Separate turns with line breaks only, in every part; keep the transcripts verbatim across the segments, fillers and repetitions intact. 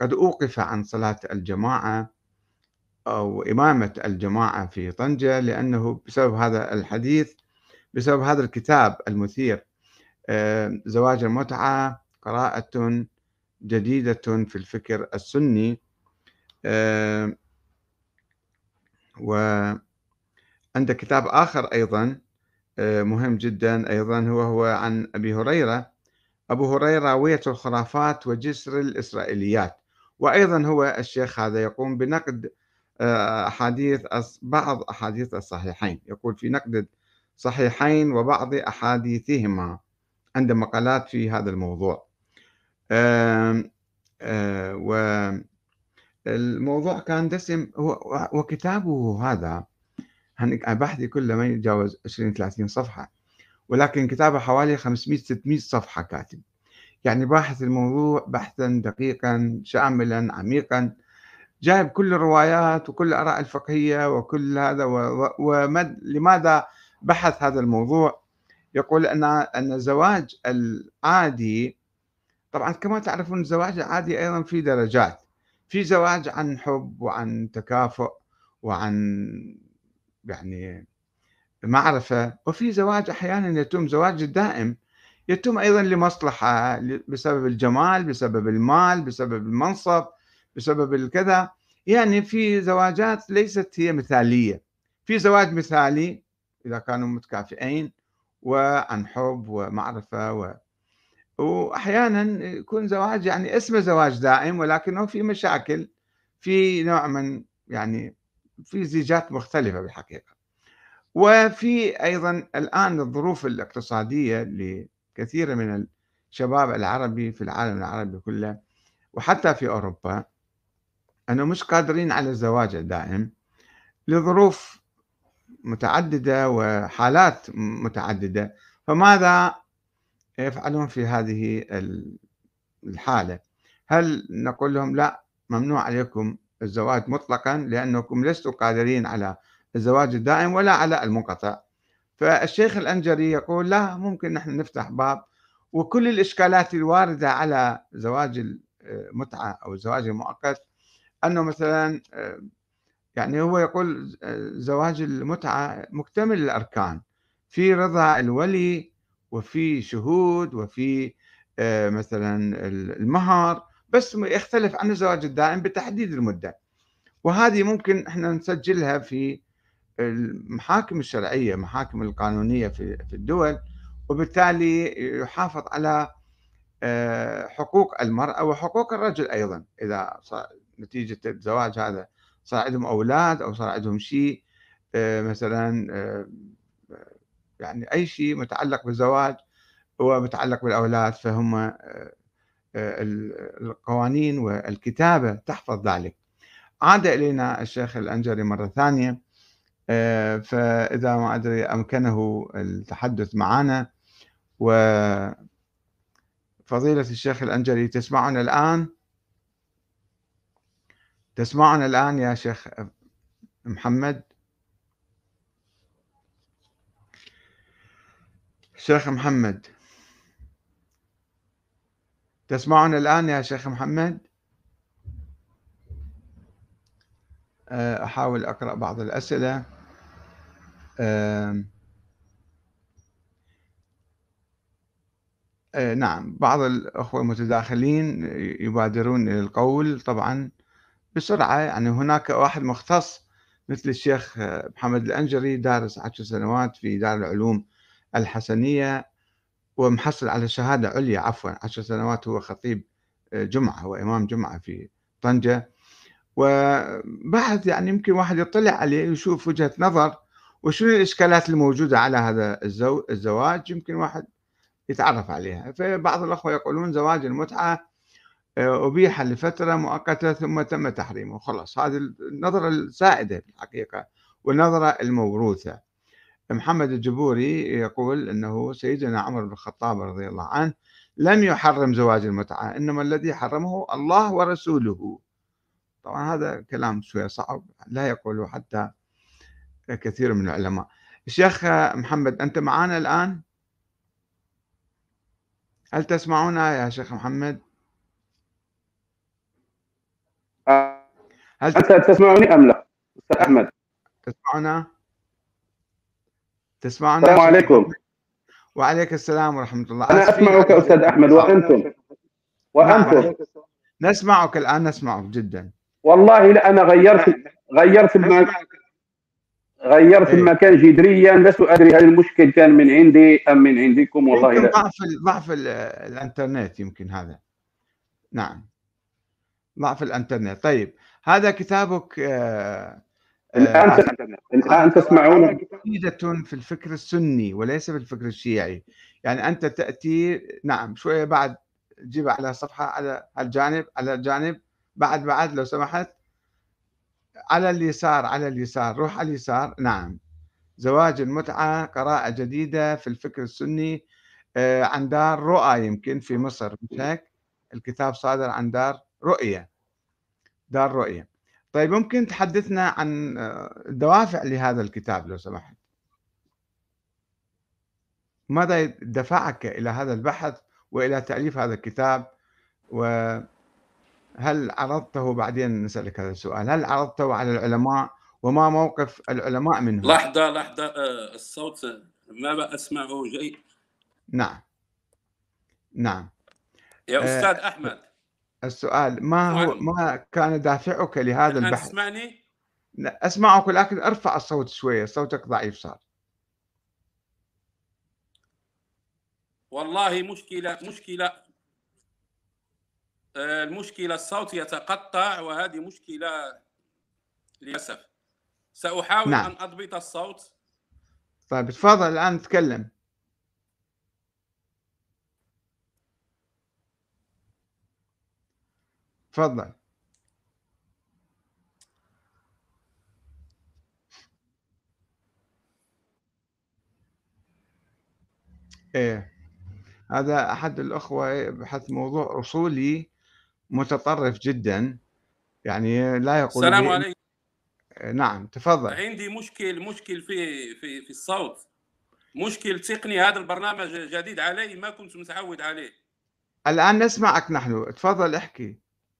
قد أوقف عن صلاة الجماعة أو إمامة الجماعة في طنجة لأنه بسبب هذا الحديث، بسبب هذا الكتاب المثير، آآ زواج المتعة قراءة جديدة في الفكر السني. آآ وعنده كتاب آخر أيضًا آآ مهم جدًا أيضًا، هو هو عن أبي هريرة. أبو هريرة راوية الخرافات وجسر الإسرائيليات، وأيضًا هو الشيخ هذا يقوم بنقد آآ أحاديث أص بعض أحاديث الصحيحين، يقول في نقد الصحيحين وبعض أحاديثهما، عنده مقالات في هذا الموضوع. آمم آآ والموضوع كان دسم، و وكتابه هذا هن بحثي كله ما يتجاوز عشرين، ثلاثين صفحة، ولكن كتابه حوالي خمسمئة، ستمئة صفحة كاتب. يعني باحث الموضوع بحثًا دقيقًا شاملًا عميقًا، جايب كل الروايات وكل الآراء الفقهية وكل هذا، و و ومد لماذا بحث هذا الموضوع؟ يقول أن أن الزواج العادي، طبعًا كما تعرفون الزواج العادي أيضًا في درجات، في زواج عن حب وعن تكافؤ وعن يعني معرفة، وفي زواج أحيانًا يتم زواج دائم، يتم أيضًا لمصلحة، ل بسبب الجمال، بسبب المال، بسبب المنصب، بسبب الكذا، يعني في زواجات ليست هي مثالية. في زواج مثالي إذا كانوا متكافئين وعن حب ومعرفة، و وأحيانًا يكون زواج يعني اسمه زواج دائم ولكنه في مشاكل، في نوع من يعني في زيجات مختلفة بالحقيقة. وفي أيضًا الآن الظروف الاقتصادية لكثير من الشباب العربي في العالم العربي كله وحتى في أوروبا، أنه مش قادرين على الزواج الدائم لظروف متعددة وحالات متعددة. فماذا يفعلون في هذه ال الحالة؟ هل نقول لهم لأ، ممنوع عليكم الزواج مطلقًا لأنكم لستم قادرين على الزواج الدائم ولا على المنقطع؟ فالشيخ الأنجري يقول لا، ممكن نحن نفتح باب، وكل الإشكالات الواردة على زواج المتعة أو الزواج المؤقت، أنه مثلا آه، يعني هو يقول آه، زواج المتعة مكتمل الأركان، في رضا الولي وفي شهود وفي آه، مثلا المهر، بس يختلف عن الزواج الدائم بتحديد المدة، وهذه ممكن احنا نسجلها في المحاكم الشرعية، محاكم القانونية في في الدول، وبالتالي يحافظ على آآ حقوق المرأة وحقوق الرجل أيضًا، إذا صار نتيجة الزواج هذا صار عندهم أولاد أو صار عندهم شيء آآ مثلًا آآ يعني أي شيء متعلق بالزواج ومتعلق بالأولاد، فهم آآ ال القوانين والكتابة تحفظ ذلك. عاد إلينا الشيخ الأنجري مرة ثانية، آآ، فإذا ما أدري أمكنه التحدث معنا. وفضيلة الشيخ الأنجلي تسمعنا الآن؟ تسمعنا الآن يا شيخ محمد؟ شيخ محمد، تسمعنا الآن يا شيخ محمد؟ آآ، أحاول أقرأ بعض الأسئلة. آمم، آآ، نعم، بعض الأخوة المتداخلين يبادرون إلى القول طبعًا بسرعة، يعني هناك واحد مختص مثل الشيخ محمد الأنجري دارس عشر سنوات في دار العلوم الحسنية ومحصل على شهادة عليا، عفوًا عشر سنوات، هو خطيب جمعة، هو إمام جمعة في طنجة، وبحث يعني يمكن واحد يطلع عليه ويشوف وجهة نظر وشنو الإشكالات الموجودة على هذا الزو الزواج، يمكن واحد يتعرف عليها. فبعض الأخوة يقولون زواج المتعة آآ أُبيح لفترة مؤقتة ثم تم تحريمه، خلاص هذه النظرة السائدة في الحقيقة والنظرة الموروثة. محمد الجبوري يقول أنه سيدنا عمر بن الخطاب رضي الله عنه لم يحرم زواج المتعة، إنما الذي حرمه الله ورسوله. طبعا هذا كلام شوية صعب لا يقوله حتى كثير من العلماء. الشيخ محمد، أنت معنا الآن؟ هل تسمعنا يا شيخ محمد؟ هل
أنت تسمعني أم لا أستاذ أحمد؟
تسمعنا؟ تسمعنا
السلام
أستاذ
عليكم.
محمد؟ وعليك السلام ورحمة الله.
أنا
آسفين
أسمعك
على
أستاذ أحمد،
الاتصال.
وأنتم
نعم
وأنتم
نسمعك الآن، نسمعك جدا.
والله لا، أنا غيرت غيرت المكان غيرت
إيه.
المكان جذريا، لست أدري هل المشكل كان من عندي أم من عندكم، والله
يمكن
لا.
ضعف ال ضعف ال الإنترنت يمكن هذا. نعم، ضعف الإنترنت. طيب، هذا كتابك آآ
الآن
آآ
الآن تسمعون؟
عقيدة في الفكر السني وليس في الفكر الشيعي. يعني أنت تأتي، نعم، شوية بعد، جيب على صفحة على الجانب، على الجانب، بعد بعد لو سمحت، على اليسار، على اليسار، روح على اليسار. نعم، زواج المتعة، قراءة جديدة في الفكر السني، آآ عن دار رؤى يمكن في مصر، مش هيك؟ الكتاب صادر عن دار رؤية، دار رؤية. طيب، ممكن تحدثنا عن آآ الدوافع لهذا الكتاب لو سمحت؟ ماذا دفعك إلى هذا البحث وإلى تأليف هذا الكتاب؟ وهل عرضته، بعدين نسألك هذا السؤال، هل عرضته على العلماء، وما موقف العلماء منه؟
لحظة لحظة، آه، الصوت ما أسمعه جيد.
نعم، نعم.
يا
آآ
أستاذ أحمد،
السؤال، ما
شو
هو
عن
ما كان دافعك لهذا
الآن
البحث؟
تسمعني؟
ن أسمعك، ولكن ارفع الصوت شوية، صوتك ضعيف صار.
والله مشكلة مشكلة آه، المشكلة الصوت يتقطع، وهذه مشكلة للأسف. سأحاول
نعم.
أن أضبط الصوت.
طيب تفضل الآن تكلم. تفضل. إيه، هذا أحد الأخوة يبحث موضوع أصولي متطرف جدًا، يعني لا يقول
السلام
به.
عليكم.
نعم، تفضل.
عندي مشكل مشكل في في في الصوت، مشكل تقني. هذا البرنامج جديد علي، ما كنت متعود عليه.
الآن نسمعك نحن، تفضل احكِ.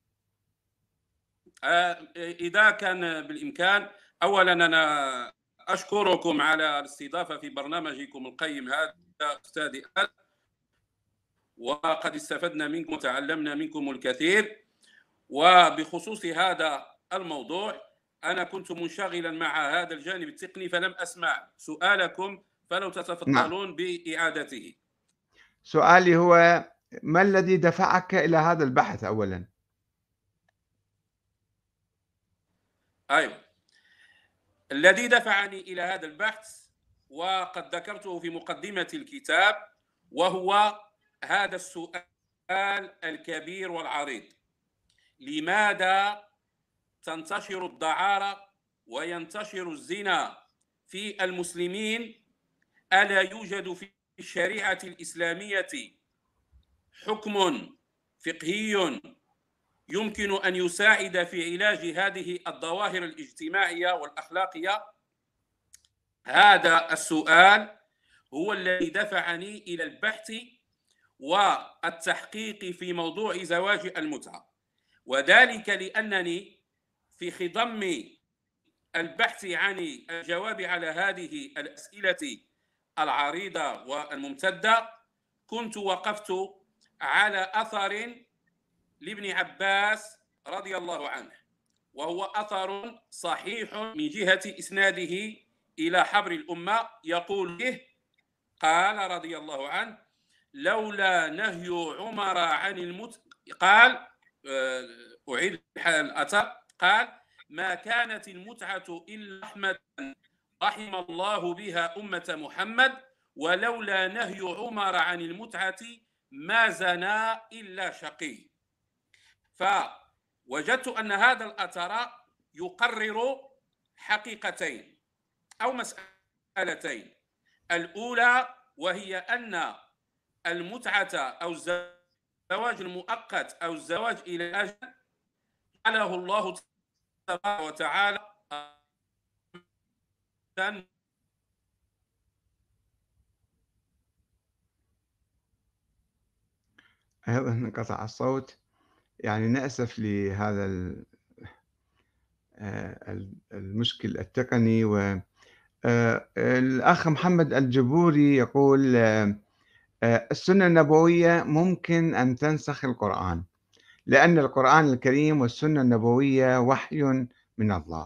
آه، إذا كان بالإمكان، أولا أنا أشكركم على الاستضافة في برنامجكم القيم هذا أستاذي، وقد استفدنا منكم وتعلمنا منكم الكثير. وبخصوص هذا الموضوع، أنا كنت منشغلا مع هذا الجانب التقني فلم أسمع سؤالكم، فلو
نعم،
تتفضلون بإعادته.
سؤالي هو: ما الذي دفعك إلى هذا البحث أولًا؟
أيوة، الذي دفعني إلى هذا البحث وقد ذكرته في مقدمة الكتاب، وهو هذا السؤال الكبير والعريض: لماذا تنتشر الدعارة وينتشر الزنا في المسلمين؟ ألا يوجد في الشريعة الإسلامية حكم فقهي يمكن أن يساعد في علاج هذه الظواهر الاجتماعية والأخلاقية؟ هذا السؤال هو الذي دفعني إلى البحث والتحقيق في موضوع زواج المتعة، وذلك لأنني في خضم البحث عن الجواب على هذه الأسئلة العريضة والممتدة كنت وقفت على أثر لابن عباس رضي الله عنه، وهو أثر صحيح من جهة إسناده إلى حبر الأمة. يقول به: قال رضي الله عنه: لولا نهي عمر عن المت قال أعيد الأثر، قال: ما كانت المتعة إلا رحمة رحم الله بها أمة محمد، ولولا نهي عمر عن المتعة ما زنا إلا شقي. فوجدت أن هذا الأثر يقرر حقيقتين أو مسألتين. الأولى وهي أن المتعة أو الزواج المؤقت أو الزواج إلى الأجل جعله الله تبارك وتعالى
أيضًا انقطع الصوت، يعني نأسف لهذا ال آه، المشكل التقني. و آه، الأخ محمد الجبوري يقول آه، آه، السنة النبوية ممكن أن تنسخ القرآن، لأن القرآن الكريم والسنة النبوية وحي من الله.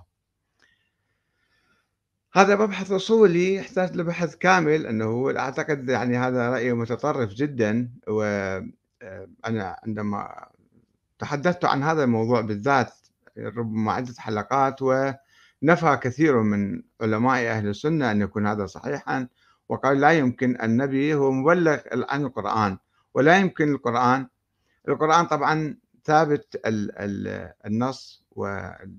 هذا مبحث أصولي يحتاج لبحث كامل، أنه أعتقد يعني هذا رأي متطرف جدا. وأنا عندما تحدثت عن هذا الموضوع بالذات ربما عدة حلقات، ونفى كثير من علماء أهل السنة أن يكون هذا صحيحا، وقال لا يمكن، النبي هو مبلغ عن القرآن ولا يمكن القرآن. القرآن طبعا ثابت ال ال النص، و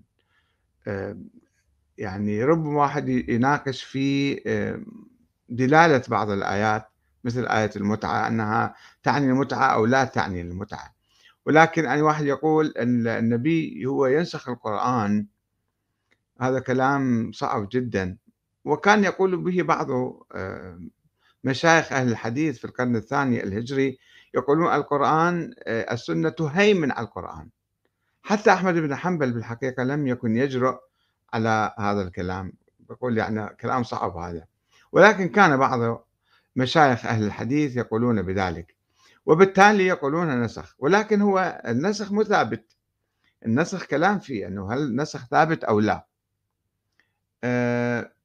يعني ربما واحد يناقش في دلالة بعض الآيات، مثل آية المتعة أنها تعني المتعة أو لا تعني المتعة، ولكن أي واحد يقول أن النبي هو ينسخ القرآن، هذا كلام صعب جدا. وكان يقول به بعض مشايخ أهل الحديث في القرن الثاني الهجري، يقولون القرآن السنة تهيمن على القرآن. حتى أحمد بن حنبل بالحقيقة لم يكن يجرؤ على هذا الكلام، يقول يعني كلام صعب هذا، ولكن كان بعض مشايخ أهل الحديث يقولون بذلك، وبالتالي يقولون نسخ. ولكن هو النسخ مو ثابت، النسخ كلام فيه أنه هل النسخ ثابت أو لا. أه